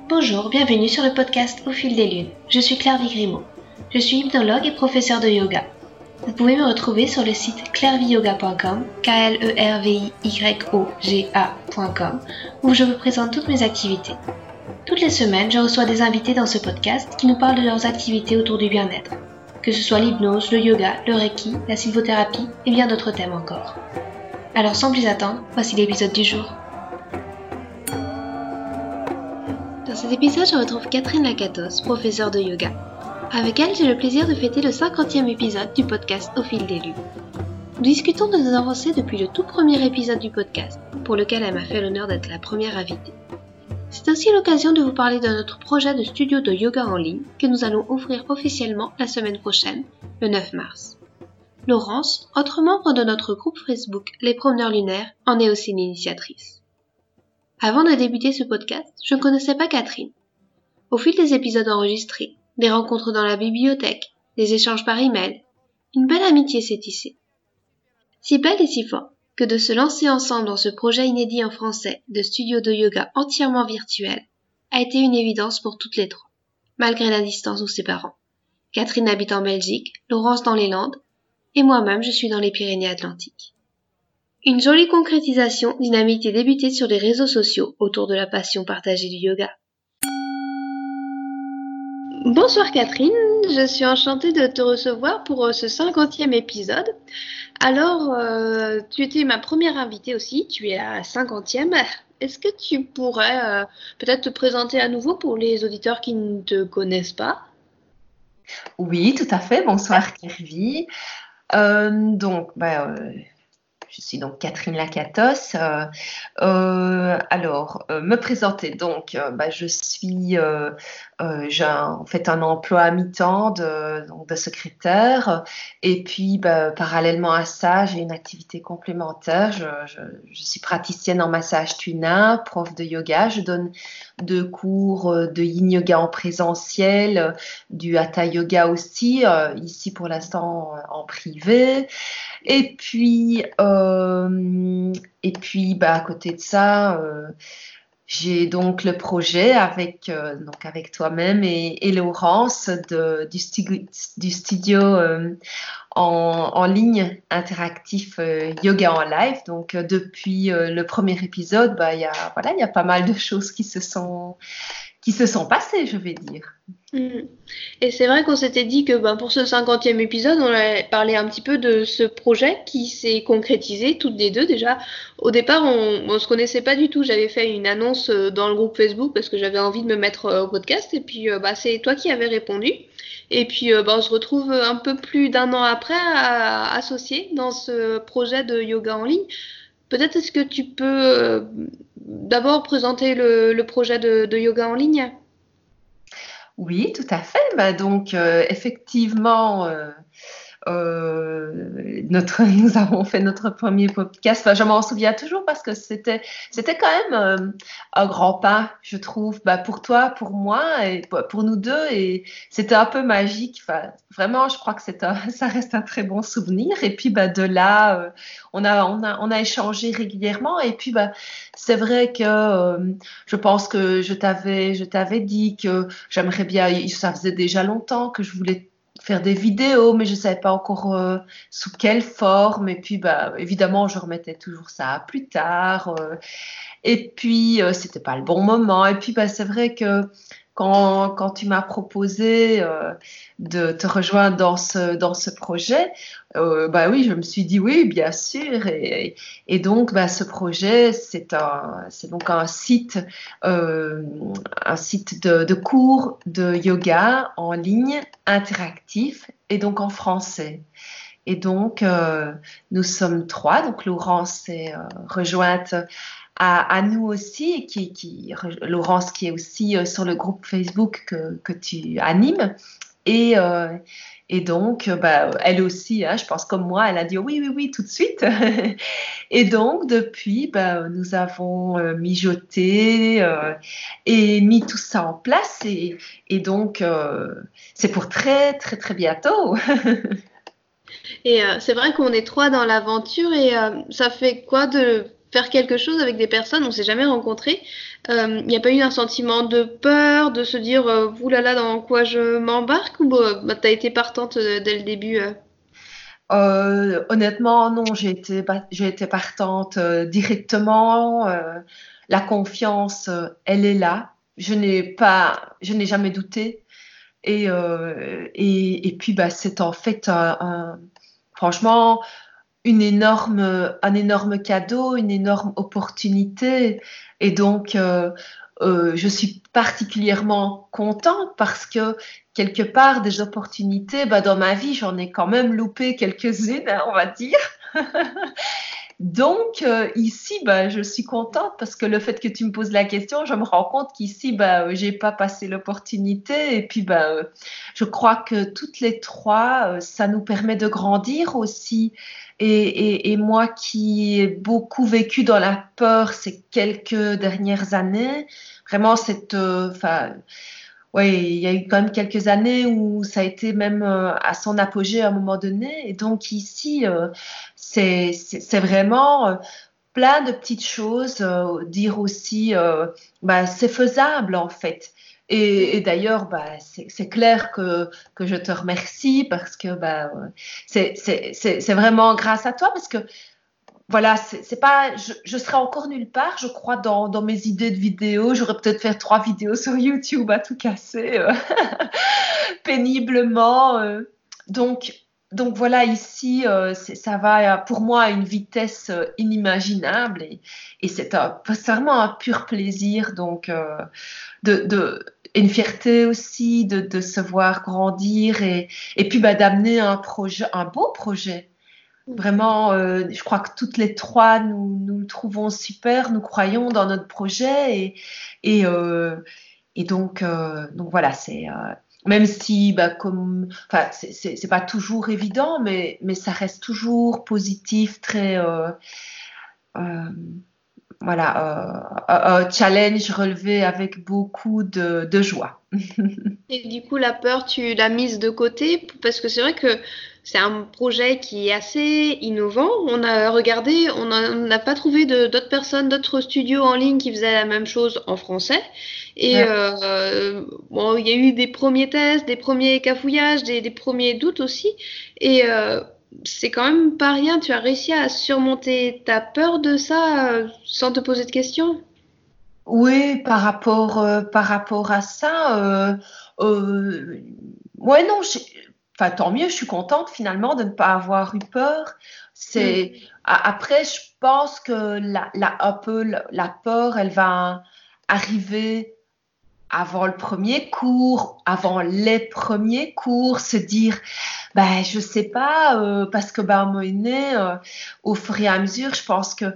Bonjour, bienvenue sur le podcast Au fil des lunes. Je suis Claire Vigrimaud. Je suis hypnologue et professeure de yoga. Vous pouvez me retrouver sur le site clairviyoga.com, KLERVIYOGA.com, où je vous présente toutes mes activités. Toutes les semaines, je reçois des invités dans ce podcast qui nous parlent de leurs activités autour du bien-être, que ce soit l'hypnose, le yoga, le reiki, la sylvothérapie et bien d'autres thèmes encore. Alors sans plus attendre, voici l'épisode du jour. Dans cet épisode, je retrouve Catherine Lakatos, professeure de yoga. Avec elle, j'ai le plaisir de fêter le 50e épisode du podcast Au fil des lunes. Nous discutons de nos avancées depuis le tout premier épisode du podcast, pour lequel elle m'a fait l'honneur d'être la première invitée. C'est aussi l'occasion de vous parler de notre projet de studio de yoga en ligne que nous allons ouvrir officiellement la semaine prochaine, le 9 mars. Laurence, autre membre de notre groupe Facebook Les Promeneurs Lunaires, en est aussi l'initiatrice. Avant de débuter ce podcast, je ne connaissais pas Catherine. Au fil des épisodes enregistrés, des rencontres dans la bibliothèque, des échanges par email, une belle amitié s'est tissée. Si belle et si forte que de se lancer ensemble dans ce projet inédit en français de studio de yoga entièrement virtuel a été une évidence pour toutes les trois, malgré la distance où ses parents. Catherine habite en Belgique, Laurence dans les Landes, et moi-même je suis dans les Pyrénées-Atlantiques. Une jolie concrétisation d'une amitié débutée sur les réseaux sociaux autour de la passion partagée du yoga. Bonsoir Catherine, je suis enchantée de te recevoir pour ce 50e épisode. Alors, tu étais ma première invitée aussi, tu es la 50e. Est-ce que tu pourrais peut-être te présenter à nouveau pour les auditeurs qui ne te connaissent pas ? Oui, tout à fait. Bonsoir Kervi. Je suis donc Catherine Lakatos. Me présenter. Donc, j'ai en fait un emploi à mi-temps de secrétaire. Et puis, parallèlement à ça, j'ai une activité complémentaire. Je suis praticienne en massage tuna, prof de yoga. Je donne 2 cours de yin yoga en présentiel, du hatha yoga aussi, ici pour l'instant en privé. Et puis, à côté de ça, j'ai donc le projet avec toi-même et Laurence du studio en ligne interactif yoga en live. Donc, depuis le premier épisode, il y a pas mal de choses qui se sont passées, je vais dire. Et c'est vrai qu'on s'était dit que pour ce 50e épisode, on allait parler un petit peu de ce projet qui s'est concrétisé toutes les deux. Déjà, au départ, on se connaissait pas du tout. J'avais fait une annonce dans le groupe Facebook parce que j'avais envie de me mettre au podcast. Et puis, c'est toi qui avais répondu. Et puis, on se retrouve un peu plus d'1 an après associés dans ce projet de yoga en ligne. Peut-être est-ce que tu peux d'abord présenter le projet de yoga en ligne ? Oui, tout à fait. Effectivement, nous avons fait notre premier podcast. Je m'en souviens toujours parce que c'était quand même un grand pas, je trouve, pour toi, pour moi et pour nous deux. Et c'était un peu magique. Vraiment, je crois que ça reste un très bon souvenir. Et puis, de là, on a échangé régulièrement. Et puis, c'est vrai que je pense que je t'avais dit que j'aimerais bien. Ça faisait déjà longtemps que je voulais faire des vidéos, mais je ne savais pas encore sous quelle forme. Et puis, évidemment, je remettais toujours ça à plus tard. Et puis, c'était pas le bon moment. Et puis, c'est vrai que quand tu m'as proposé de te rejoindre dans ce projet, oui, je me suis dit oui, bien sûr. Et donc, ce projet, c'est donc un site de cours de yoga en ligne interactif et donc en français. Et donc, nous sommes 3. Donc, Laurence s'est rejointe à nous aussi, Laurence qui est aussi sur le groupe Facebook que tu animes. Et donc, elle aussi, je pense comme moi, elle a dit oui, tout de suite. Et donc, depuis, nous avons mijoté et mis tout ça en place. Et donc, c'est pour très, très, très bientôt. Et c'est vrai qu'on est 3 dans l'aventure et ça fait quoi de faire quelque chose avec des personnes, on s'est jamais rencontrés. Il n'y a pas eu un sentiment de peur, de se dire ouh là là, dans quoi je m'embarque, ou bah, t'as été partante dès le début Honnêtement, non, j'ai été partante directement. La confiance, elle est là. Je n'ai jamais douté. Et puis, bah, c'est en fait franchement, un énorme cadeau, une énorme opportunité. Et donc, je suis particulièrement contente parce que quelque part, des opportunités, bah, dans ma vie, j'en ai quand même loupé quelques-unes, hein, on va dire. Donc, ici, bah, je suis contente parce que le fait que tu me poses la question, je me rends compte qu'ici, bah, j'ai pas passé l'opportunité. Et puis, bah, je crois que toutes les trois, ça nous permet de grandir aussi. Et moi qui ai beaucoup vécu dans la peur ces quelques dernières années, vraiment, ouais, il y a eu quand même quelques années où ça a été même à son apogée à un moment donné. Et donc ici, c'est vraiment plein de petites choses. Dire aussi, bah, c'est faisable en fait. Et d'ailleurs, bah, c'est clair que je te remercie parce que bah, c'est vraiment grâce à toi parce que voilà, c'est pas, je serais encore nulle part, je crois, dans mes idées de vidéos. J'aurais peut-être fait 3 vidéos sur YouTube à tout casser péniblement. Donc, donc voilà, ici, ça va pour moi à une vitesse inimaginable et c'est vraiment un pur plaisir. Donc, et une fierté aussi de se voir grandir et puis bah, d'amener un projet, un beau projet. Vraiment, je crois que toutes les trois, nous le trouvons super, nous croyons dans notre projet et, euh, et donc voilà, même si, bah, enfin, c'est pas toujours évident, mais ça reste toujours positif, très, euh, voilà, un challenge relevé avec beaucoup de joie. Et du coup, la peur, tu l'as mise de côté parce que c'est vrai que c'est un projet qui est assez innovant. On a regardé, on n'a pas trouvé d'autres personnes, d'autres studios en ligne qui faisaient la même chose en français. Et Ouais. bon, il y a eu des premiers tests, des premiers cafouillages, des premiers doutes aussi. Et c'est quand même pas rien. Tu as réussi à surmonter ta peur de ça sans te poser de questions. Oui, par rapport à ça, ouais, non, enfin, tant mieux, je suis contente finalement de ne pas avoir eu peur. Après, je pense que un peu la peur, elle va arriver avant le premier cours, avant les premiers cours, se dire, ben, je sais pas, parce que ben, à un moment donné, au fur et à mesure, je pense que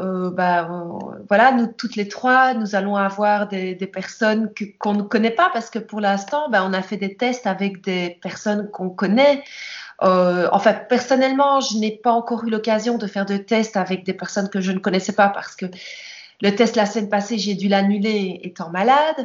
voilà, nous toutes les trois, nous allons avoir des personnes qu'on ne connaît pas, parce que pour l'instant, ben, on a fait des tests avec des personnes qu'on connaît. Enfin, personnellement, je n'ai pas encore eu l'occasion de faire de tests avec des personnes que je ne connaissais pas parce que le test la semaine passée, j'ai dû l'annuler étant malade.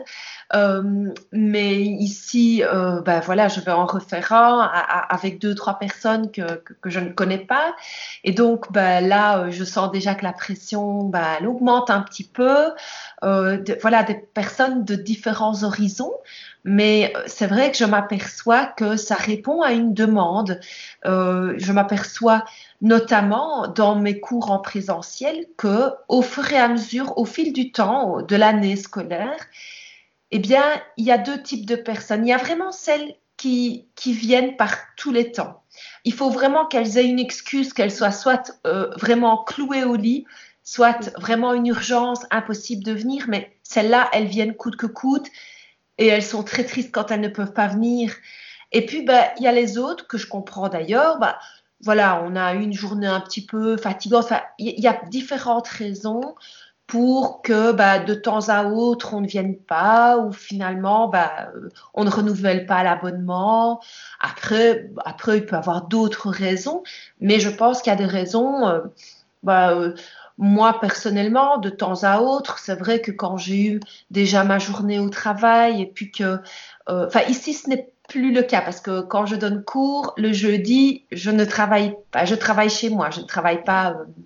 Mais ici, ben voilà, je vais en refaire un avec 2, 3 personnes que je ne connais pas. Et donc, ben là, je sens déjà que la pression, ben, elle augmente un petit peu. Voilà, des personnes de différents horizons. Mais c'est vrai que je m'aperçois que ça répond à une demande. Je m'aperçois notamment dans mes cours en présentiel que au fur et à mesure, au fil du temps de l'année scolaire, eh bien, il y a 2 types de personnes. Il y a vraiment celles qui viennent par tous les temps. Il faut vraiment qu'elles aient une excuse, qu'elles soient soit vraiment clouées au lit, soit vraiment une urgence, impossible de venir, mais celles-là, elles viennent coûte que coûte et elles sont très tristes quand elles ne peuvent pas venir. Et puis, bah, il y a les autres que je comprends d'ailleurs. Bah, voilà, on a une journée un petit peu fatigante. Enfin, il y a différentes raisons pour que bah, de temps à autre, on ne vienne pas ou finalement, bah, on ne renouvelle pas l'abonnement. Après, il peut y avoir d'autres raisons, mais je pense qu'il y a des raisons. Bah, moi, personnellement, de temps à autre, c'est vrai que quand j'ai eu déjà ma journée au travail et puis que, enfin, ici, ce n'est plus le cas parce que quand je donne cours, le jeudi, je ne travaille pas, je travaille chez moi, je ne travaille pas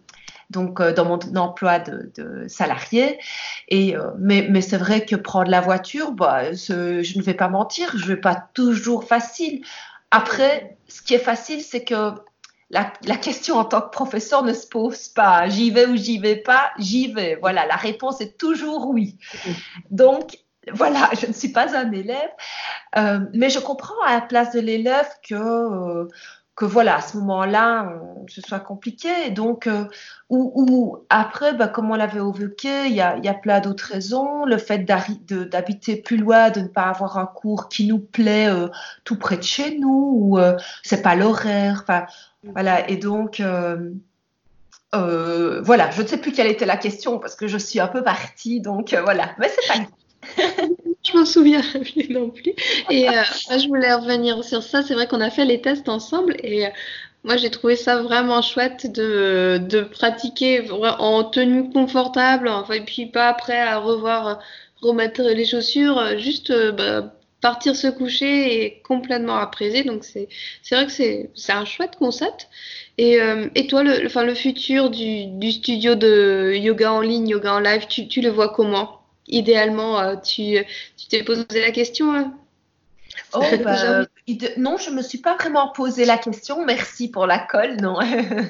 donc dans mon emploi de salarié. Mais c'est vrai que prendre la voiture, je ne vais pas mentir, je ne vais pas toujours facile. Après, ce qui est facile, c'est que la question en tant que professeur ne se pose pas. J'y vais ou j'y vais pas, j'y vais. Voilà, la réponse est toujours oui. Donc, voilà, je ne suis pas un élève, mais je comprends à la place de l'élève que voilà, à ce moment-là, ce soit compliqué. Donc, ou après, comme on l'avait évoqué, il y a plein d'autres raisons. Le fait d'habiter plus loin, de ne pas avoir un cours qui nous plaît tout près de chez nous, ou c'est pas l'horaire. Enfin, voilà. Et donc, voilà, je ne sais plus quelle était la question parce que je suis un peu partie. Donc, voilà. Mais c'est pas grave. Je m'en souviens plus non plus. Et moi, je voulais revenir sur ça. C'est vrai qu'on a fait les tests ensemble et moi, j'ai trouvé ça vraiment chouette de pratiquer en tenue confortable, enfin, et puis pas après à remettre les chaussures, juste partir se coucher et complètement apaisé. Donc, c'est vrai que c'est un chouette concept. Et toi, enfin, le futur du studio de yoga en ligne, yoga en live, tu le vois comment? Idéalement, tu t'es posé la question, hein? Oh, non, je me suis pas vraiment posé la question. Merci pour la colle, non.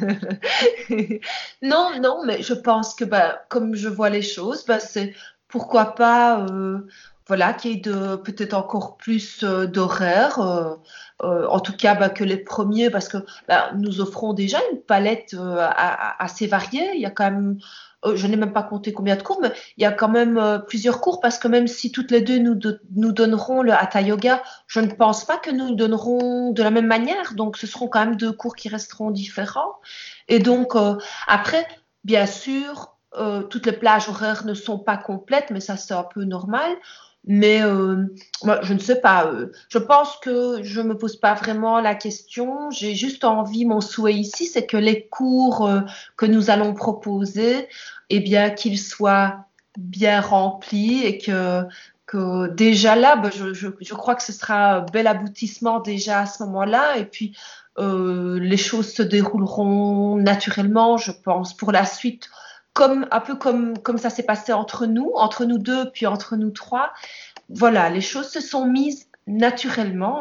Non, non, mais je pense que comme je vois les choses, c'est pourquoi pas, voilà, qu'il y ait peut-être encore plus d'horaires. En tout cas, que les premiers, parce que nous offrons déjà une palette assez variée. Il y a quand même, je n'ai même pas compté combien de cours, mais il y a quand même plusieurs cours parce que même si toutes les deux nous donnerons le Hatha Yoga, je ne pense pas que nous le donnerons de la même manière. Donc, ce seront quand même deux cours qui resteront différents. Et donc, après, bien sûr, toutes les plages horaires ne sont pas complètes, mais ça, c'est un peu normal. Mais moi, je ne sais pas. Je pense que je ne me pose pas vraiment la question. J'ai juste envie, mon souhait ici, c'est que les cours que nous allons proposer, eh bien, qu'ils soient bien remplis et que déjà là, je crois que ce sera un bel aboutissement déjà à ce moment-là. Et puis, les choses se dérouleront naturellement, je pense, pour la suite. Un peu comme ça s'est passé entre nous deux, puis entre nous trois. Voilà, les choses se sont mises naturellement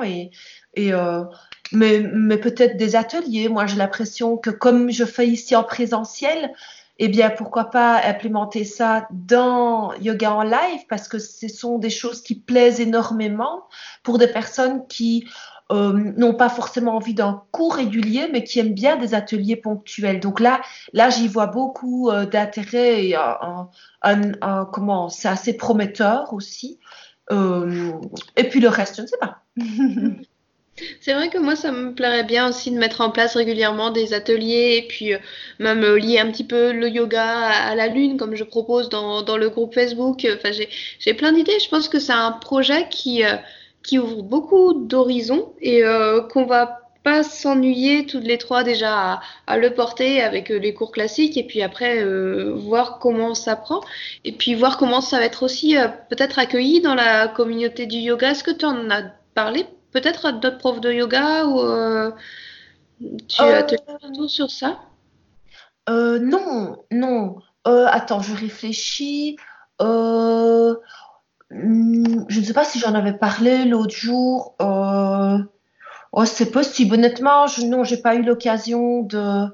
mais peut-être des ateliers. Moi, j'ai l'impression que comme je fais ici en présentiel, eh bien, pourquoi pas implémenter ça dans Yoga en live parce que ce sont des choses qui plaisent énormément pour des personnes qui n'ont pas forcément envie d'un cours régulier, mais qui aiment bien des ateliers ponctuels. Donc là, j'y vois beaucoup d'intérêt et comment, c'est assez prometteur aussi. Et puis le reste, je ne sais pas. C'est vrai que moi, ça me plairait bien aussi de mettre en place régulièrement des ateliers et puis même lier un petit peu le yoga à la lune, comme je propose dans le groupe Facebook. Enfin, j'ai plein d'idées. Je pense que c'est un projet qui ouvre beaucoup d'horizons et qu'on va pas s'ennuyer toutes les trois déjà à le porter avec les cours classiques et puis après voir comment ça prend et puis voir comment ça va être aussi peut-être accueilli dans la communauté du yoga. Est-ce que tu en as parlé peut-être à d'autres profs de yoga ou tu as Euh, te retour sur ça? non, non. Attends, je réfléchis. Euh, je ne sais pas si j'en avais parlé l'autre jour. Oh, c'est possible. Honnêtement, non, j'ai pas eu l'occasion de.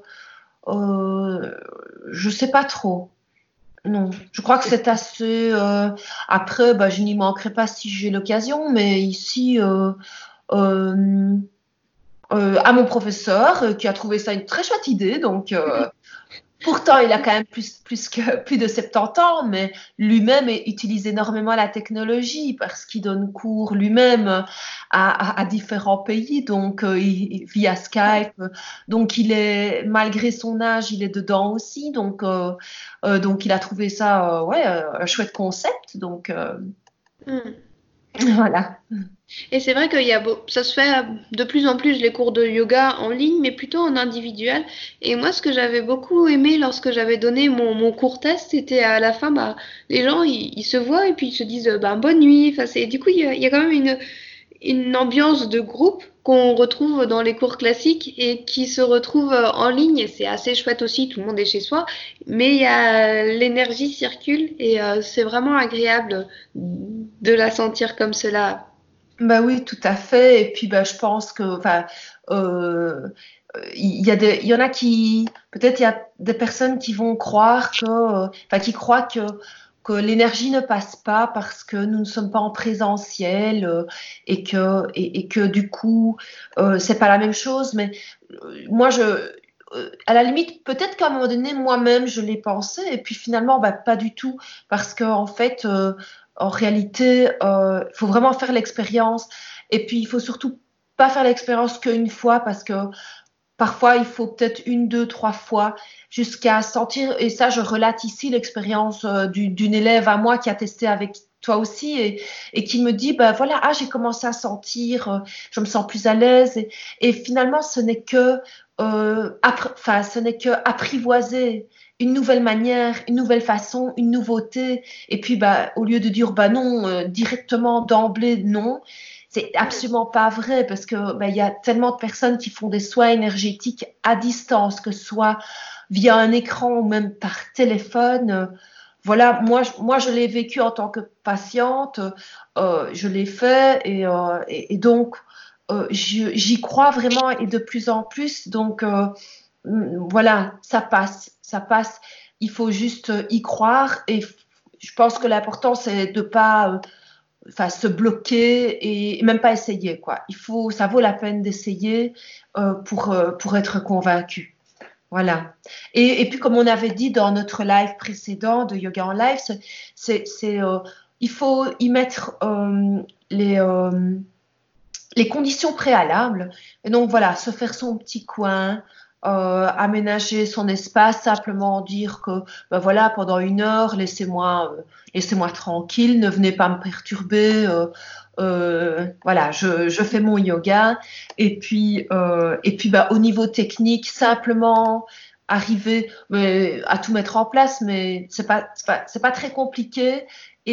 Je sais pas trop. Non, je crois que c'est assez. Après, je n'y manquerai pas si j'ai l'occasion, mais ici, euh, à mon professeur qui a trouvé ça une très chouette idée. Donc, pourtant, il a quand même plus de 70 ans, mais lui-même utilise énormément la technologie parce qu'il donne cours lui-même à différents pays, donc via Skype. Donc, malgré son âge, il est dedans aussi. Donc il a trouvé ça, ouais, un chouette concept. Donc, Hmm. voilà. Et c'est vrai ça se fait de plus en plus les cours de yoga en ligne, mais plutôt en individuel. Et moi, ce que j'avais beaucoup aimé lorsque j'avais donné mon cours test, c'était à la fin, les gens, ils se voient et puis ils se disent bonne nuit. Enfin, du coup, il y a quand même une ambiance de groupe qu'on retrouve dans les cours classiques et qui se retrouvent en ligne. Et c'est assez chouette aussi, tout le monde est chez soi, mais il y a l'énergie circule et c'est vraiment agréable de la sentir comme cela. Bah oui, tout à fait. Et puis, bah, je pense que, enfin, euh, il y en a qui, peut-être il y a des personnes qui vont croire que, enfin, qui croient que l'énergie ne passe pas parce que nous ne sommes pas en présentiel et que du coup, c'est pas la même chose. Mais moi, à la limite, peut-être qu'à un moment donné, moi-même, je l'ai pensé et puis finalement, bah, pas du tout parce que en fait, en réalité, il faut vraiment faire l'expérience et puis il faut surtout pas faire l'expérience qu'une fois parce que parfois, il faut peut-être une, deux, trois fois jusqu'à sentir, et ça, je relate ici l'expérience d'une élève à moi qui a testé avec toi aussi et qui me dit, ben voilà, ah, j'ai commencé à sentir, je me sens plus à l'aise et finalement, enfin, ce n'est que apprivoiser une nouvelle manière, une nouvelle façon, une nouveauté. Et puis, bah, au lieu de dire, bah non, directement d'emblée, non, c'est absolument pas vrai parce que ben, il y a tellement de personnes qui font des soins énergétiques à distance, que ce soit via un écran ou même par téléphone. Voilà, moi je l'ai vécu en tant que patiente, je l'ai fait et donc j'y crois vraiment et de plus en plus. Donc voilà, ça passe, ça passe. Il faut juste y croire et je pense que l'important c'est de pas enfin, se bloquer et même pas essayer, quoi. Ça vaut la peine d'essayer pour être convaincu. Voilà. Et puis, comme on avait dit dans notre live précédent de Yoga en Live, il faut y mettre les conditions préalables. Et donc, voilà, se faire son petit coin, aménager son espace, simplement dire que, ben voilà, pendant 1 heure, laissez-moi tranquille, ne venez pas me perturber. Voilà, je fais mon yoga. Et puis bah, au niveau technique, simplement arriver à tout mettre en place, mais c'est pas très compliqué.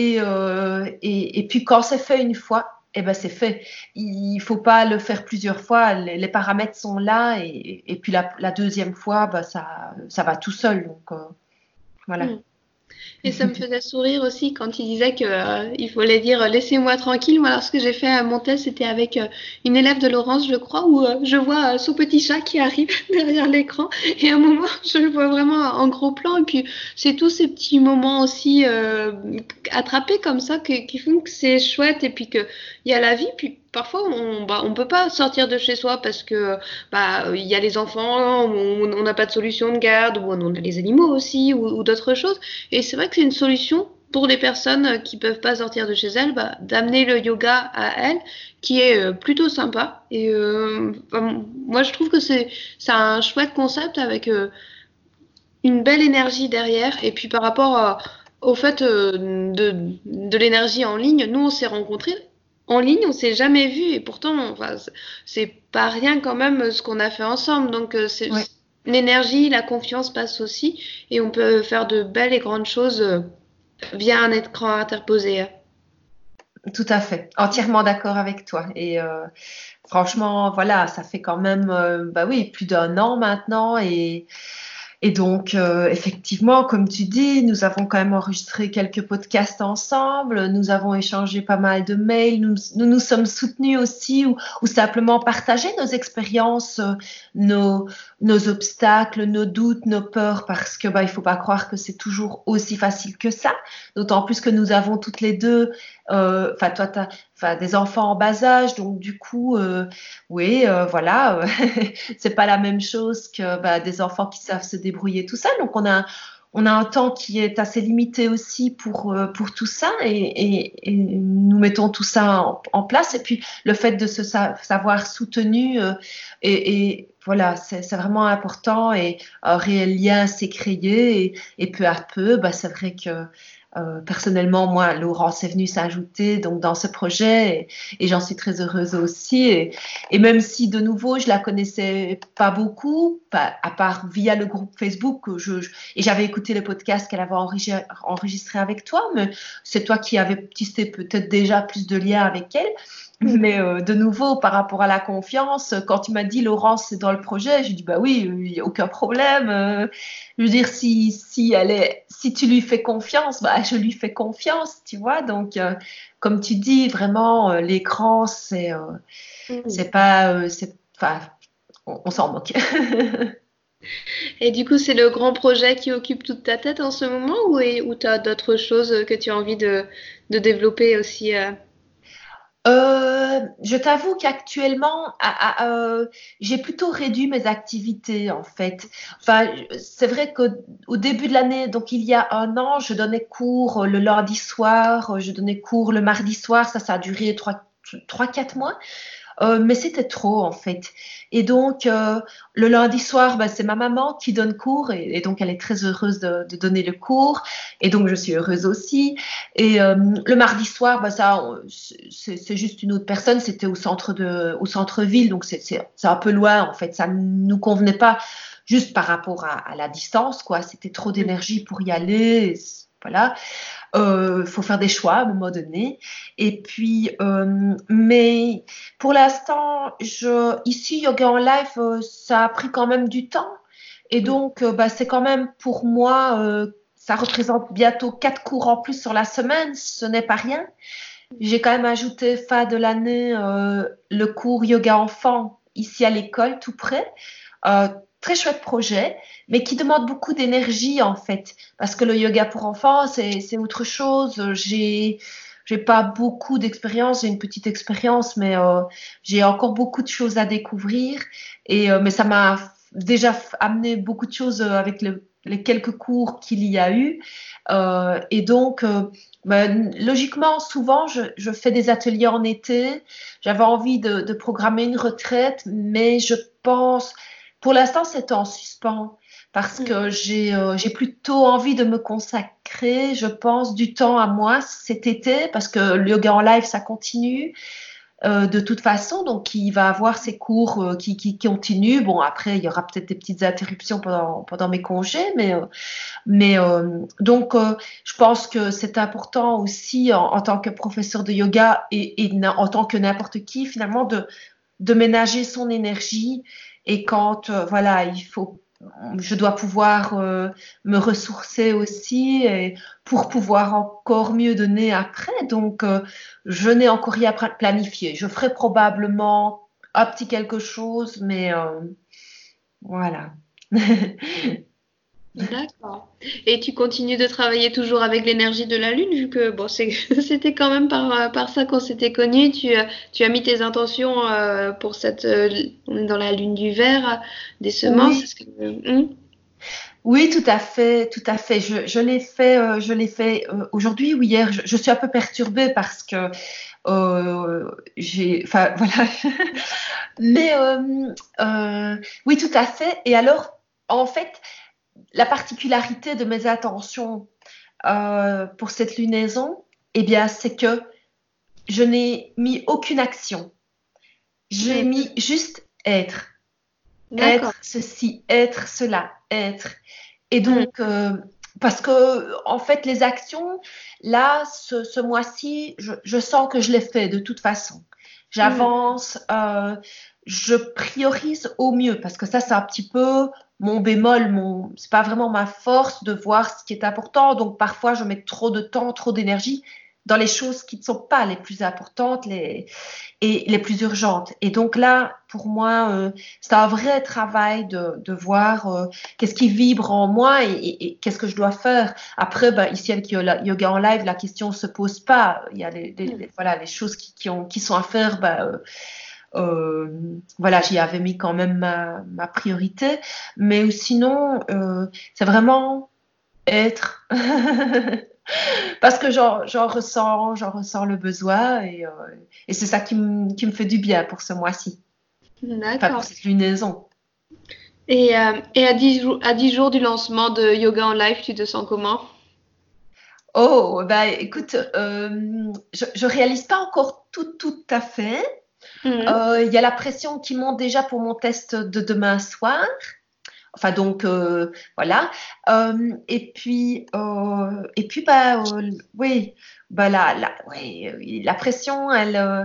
Et puis quand c'est fait une fois, eh ben c'est fait. Il faut pas le faire plusieurs fois. Les paramètres sont là et puis la deuxième fois, bah, ça va tout seul. Donc voilà. Mm. Et ça me faisait sourire aussi quand il disait que il fallait dire laissez-moi tranquille. Moi, lorsque j'ai fait mon test, c'était avec une élève de Laurence, je crois, où je vois son petit chat qui arrive derrière l'écran. Et à un moment, je le vois vraiment en gros plan. Et puis, c'est tous ces petits moments aussi attrapés comme ça qui font que c'est chouette et puis qu'il y a la vie. Puis parfois, on peut pas sortir de chez soi parce que il y a les enfants, on n'a pas de solution de garde, ou on a les animaux aussi, ou d'autres choses. Et c'est vrai que c'est une solution pour les personnes qui peuvent pas sortir de chez elles, d'amener le yoga à elles, qui est plutôt sympa. Et moi, je trouve que c'est un chouette concept avec une belle énergie derrière. Et puis par rapport au fait de l'énergie en ligne, nous, on s'est rencontrés en ligne, on s'est jamais vus et pourtant, enfin, c'est pas rien quand même ce qu'on a fait ensemble. Donc Ouais. l'énergie, la confiance passe aussi et on peut faire de belles et grandes choses via un écran interposé. Tout à fait, entièrement d'accord avec toi. Et franchement, voilà, ça fait quand même, bah oui, plus d'1 an maintenant. Et donc, effectivement, comme tu dis, nous avons quand même enregistré quelques podcasts ensemble, nous avons échangé pas mal de mails, nous sommes soutenus aussi ou simplement partagé nos expériences, nos, nos obstacles, nos doutes, nos peurs, parce que bah, il faut pas croire que c'est toujours aussi facile que ça, d'autant plus que nous avons toutes les deux, enfin, toi, tu as des enfants en bas âge, donc du coup, oui, voilà, c'est pas la même chose que bah, des enfants qui savent se débrouiller tout seuls. Donc on a un temps qui est assez limité aussi pour tout ça et nous mettons tout ça en place. Et puis le fait de se savoir soutenu et voilà, c'est vraiment important et un réel lien s'est créé et peu à peu, bah, c'est vrai que personnellement, moi, Laurence est venue s'ajouter donc dans ce projet et j'en suis très heureuse aussi. Et même si de nouveau, je la connaissais pas beaucoup, à part via le groupe Facebook, et j'avais écouté le podcast qu'elle avait enregistré avec toi, mais c'est toi qui avais tissé peut-être déjà plus de liens avec elle. Mais de nouveau, par rapport à la confiance, quand tu m'as dit Laurence, c'est dans le projet, j'ai dit bah oui, il n'y a aucun problème. Je veux dire, si tu lui fais confiance, bah je lui fais confiance, tu vois. Donc, comme tu dis, vraiment, l'écran, Mm. c'est pas, enfin, on s'en moque. Et du coup, c'est le grand projet qui occupe toute ta tête en ce moment ou tu as d'autres choses que tu as envie de développer aussi Je t'avoue qu'actuellement, j'ai plutôt réduit mes activités en fait. Enfin, c'est vrai qu'au début de l'année, donc il y a un an, je donnais cours le lundi soir, je donnais cours le mardi soir. Ça a duré 3, 4 mois. Mais c'était trop en fait. Et donc le lundi soir, bah, c'est ma maman qui donne cours et donc elle est très heureuse de donner le cours et donc je suis heureuse aussi. Et le mardi soir, bah, c'est juste une autre personne. C'était au centre-ville, donc c'est un peu loin en fait. Ça ne nous convenait pas juste par rapport à la distance quoi. C'était trop d'énergie pour y aller. Voilà. Faut faire des choix à un moment donné. Et puis, mais pour l'instant, ici, Yoga en Live, ça a pris quand même du temps. Et donc, bah, c'est quand même pour moi, ça représente bientôt 4 cours en plus sur la semaine. Ce n'est pas rien. J'ai quand même ajouté fin de l'année le cours Yoga Enfant ici à l'école, tout près. Euh, Très chouette projet, mais qui demande beaucoup d'énergie en fait, parce que le yoga pour enfants, c'est autre chose. J'ai pas beaucoup d'expérience, j'ai une petite expérience, mais j'ai encore beaucoup de choses à découvrir. Mais ça m'a déjà amené beaucoup de choses avec les quelques cours qu'il y a eu. Et donc, ben, logiquement, souvent, je fais des ateliers en été. J'avais envie de programmer une retraite, mais je pense pour l'instant, c'est en suspens parce Mm. que j'ai plutôt envie de me consacrer, je pense, du temps à moi cet été parce que le yoga en live, ça continue de toute façon. Donc, il va avoir ses cours qui continuent. Bon, après, il y aura peut-être des petites interruptions pendant mes congés, donc, je pense que c'est important aussi en tant que professeur de yoga et en tant que n'importe qui, finalement, de ménager son énergie et quand voilà, je dois pouvoir me ressourcer aussi et pour pouvoir encore mieux donner après. Donc, je n'ai encore rien planifié. Je ferai probablement un petit quelque chose, mais voilà. D'accord. Et tu continues de travailler toujours avec l'énergie de la Lune, vu que bon, c'était quand même par ça qu'on s'était connus. Tu as mis tes intentions pour on est dans la Lune du verre, des semences. Oui, oui, tout à fait, tout à fait. Je l'ai fait aujourd'hui ou hier. Je suis un peu perturbée parce que enfin voilà. Mais oui, tout à fait. Et alors, en fait, la particularité de mes attentions pour cette lunaison, eh bien, c'est que je n'ai mis aucune action. J'ai Mm. mis juste être, D'accord. être ceci, être cela, être. Et Mm. donc, parce que en fait, les actions, là, ce mois-ci, je sens que je les fais de toute façon. Mm. J'avance, je priorise au mieux parce que ça, c'est un petit peu mon bémol, c'est pas vraiment ma force de voir ce qui est important. Donc, parfois, je mets trop de temps, trop d'énergie dans les choses qui ne sont pas les plus importantes et les plus urgentes. Et donc là, pour moi, c'est un vrai travail de voir qu'est-ce qui vibre en moi et qu'est-ce que je dois faire. Après, ben, ici avec Yoga en live, la question ne se pose pas. Il y a voilà, les choses qui sont à faire. Ben, voilà, j'y avais mis quand même ma priorité. Mais sinon, c'est vraiment être. Parce que j'en ressens le besoin et c'est ça qui me fait du bien pour ce mois-ci. Enfin, pour D'accord. cette lunaison. Et à 10 jours du lancement de Yoga en live, tu te sens comment? Oh, bah écoute, je réalise pas encore tout à fait. Mhm. Il y a la pression qui monte déjà pour mon test de demain soir. Enfin donc voilà. Et puis bah oui, bah ouais, la pression,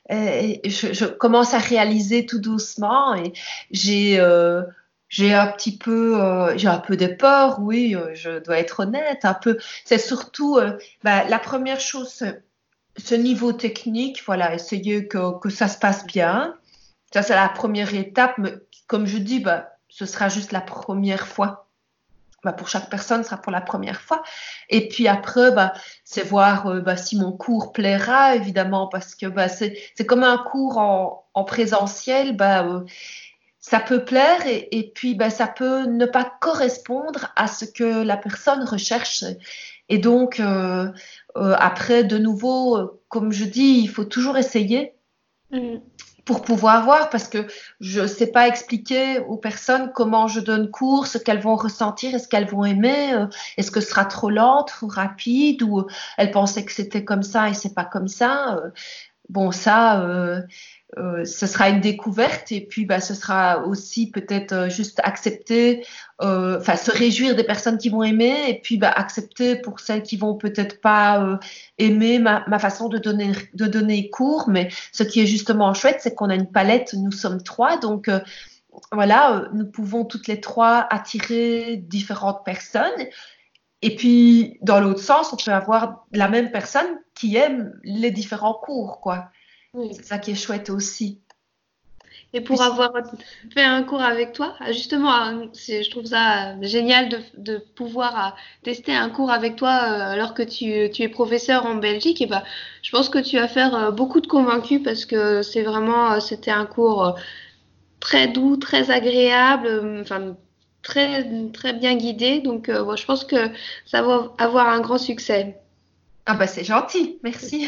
je commence à réaliser tout doucement et j'ai un petit peu, j'ai un peu de peur, oui, je dois être honnête, un peu. C'est surtout la première chose, ce niveau technique, voilà, essayer que ça se passe bien. Ça, c'est la première étape, mais comme je dis, ce sera juste la première fois. Pour chaque personne, ce sera pour la première fois. Et puis après, c'est voir si mon cours plaira, évidemment, parce que c'est comme un cours en présentiel, ça peut plaire et puis ça peut ne pas correspondre à ce que la personne recherche. Et donc, après, de nouveau, comme je dis, il faut toujours essayer pour pouvoir voir, parce que je ne sais pas expliquer aux personnes comment je donne cours, ce qu'elles vont ressentir, est-ce qu'elles vont aimer, est-ce que ce sera trop lent, trop rapide, ou elles pensaient que c'était comme ça et c'est pas comme ça. Bon, ça, ce sera une découverte et puis ce sera aussi peut-être juste accepter, se réjouir des personnes qui vont aimer et puis accepter pour celles qui vont peut-être pas aimer ma façon de donner cours. Mais ce qui est justement chouette, c'est qu'on a une palette, nous sommes 3, donc voilà, nous pouvons toutes les 3 attirer différentes personnes. Et puis, dans l'autre sens, on peut avoir la même personne qui aime les différents cours, quoi. Oui. C'est ça qui est chouette aussi. Et pour avoir fait un cours avec toi, justement, je trouve ça génial de pouvoir tester un cours avec toi alors que tu es professeur en Belgique. Et je pense que tu vas faire beaucoup de convaincus parce que c'était un cours très doux, très agréable, très, très bien guidé. Donc, je pense que ça va avoir un grand succès. Ah c'est gentil, merci.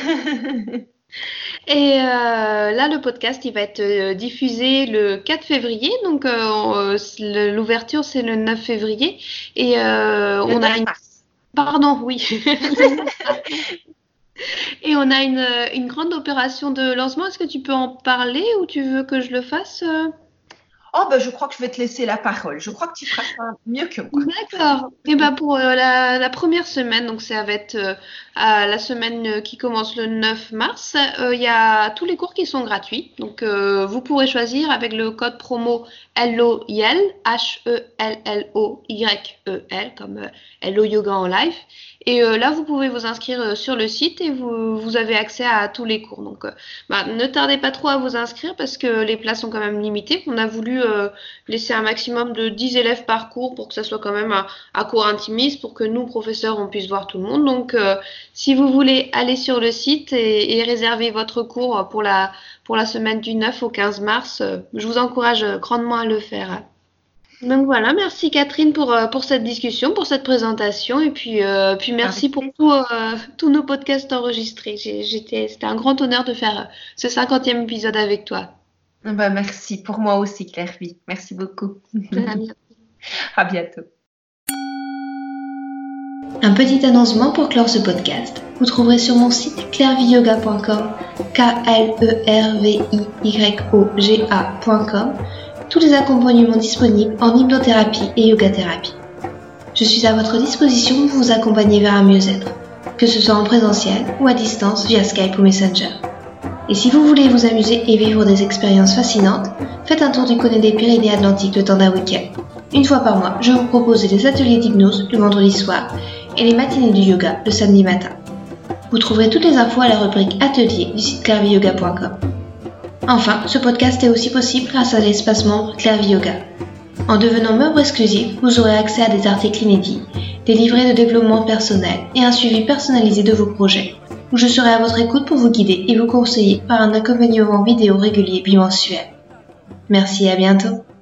Et là, le podcast, il va être diffusé le 4 février. Donc, l'ouverture, c'est le 9 février. Et on a une... Pardon, oui. Et on a une grande opération de lancement. Est-ce que tu peux en parler ou tu veux que je le fasse je crois que je vais te laisser la parole. Je crois que tu feras ça mieux que moi. D'accord. Et pour la première semaine, donc ça va être la semaine qui commence le 9 mars, il y a tous les cours qui sont gratuits. Donc vous pourrez choisir avec le code promo HELLOYEL, HELLOYEL, comme Hello Yoga en live. Et là, vous pouvez vous inscrire sur le site et vous avez accès à tous les cours. Donc, ne tardez pas trop à vous inscrire parce que les places sont quand même limitées. On a voulu laisser un maximum de 10 élèves par cours pour que ça soit quand même un cours intimiste pour que nous, professeurs, on puisse voir tout le monde. Donc, si vous voulez aller sur le site et réserver votre cours pour la semaine du 9 au 15 mars, je vous encourage grandement à le faire. Donc voilà, merci Catherine pour cette discussion, pour cette présentation et puis merci pour tous nos podcasts enregistrés. C'était un grand honneur de faire ce 50e épisode avec toi. Merci pour moi aussi Claire-Vie. Merci beaucoup. À bientôt. Un petit annoncement pour clore ce podcast. Vous trouverez sur mon site clairviyoga.com, KLERVIYOGA.com, tous les accompagnements disponibles en hypnothérapie et yoga-thérapie. Je suis à votre disposition pour vous accompagner vers un mieux-être, que ce soit en présentiel ou à distance via Skype ou Messenger. Et si vous voulez vous amuser et vivre des expériences fascinantes, faites un tour du côté des Pyrénées-Atlantiques le temps d'un week-end. Une fois par mois, je vous propose des ateliers d'hypnose le vendredi soir et les matinées du yoga le samedi matin. Vous trouverez toutes les infos à la rubrique Atelier du site clairviyoga.com. Enfin, ce podcast est aussi possible grâce à l'espace membre Clairvie Yoga. En devenant membre exclusif, vous aurez accès à des articles inédits, des livrets de développement personnel et un suivi personnalisé de vos projets, où je serai à votre écoute pour vous guider et vous conseiller par un accompagnement vidéo régulier bimensuel. Merci et à bientôt.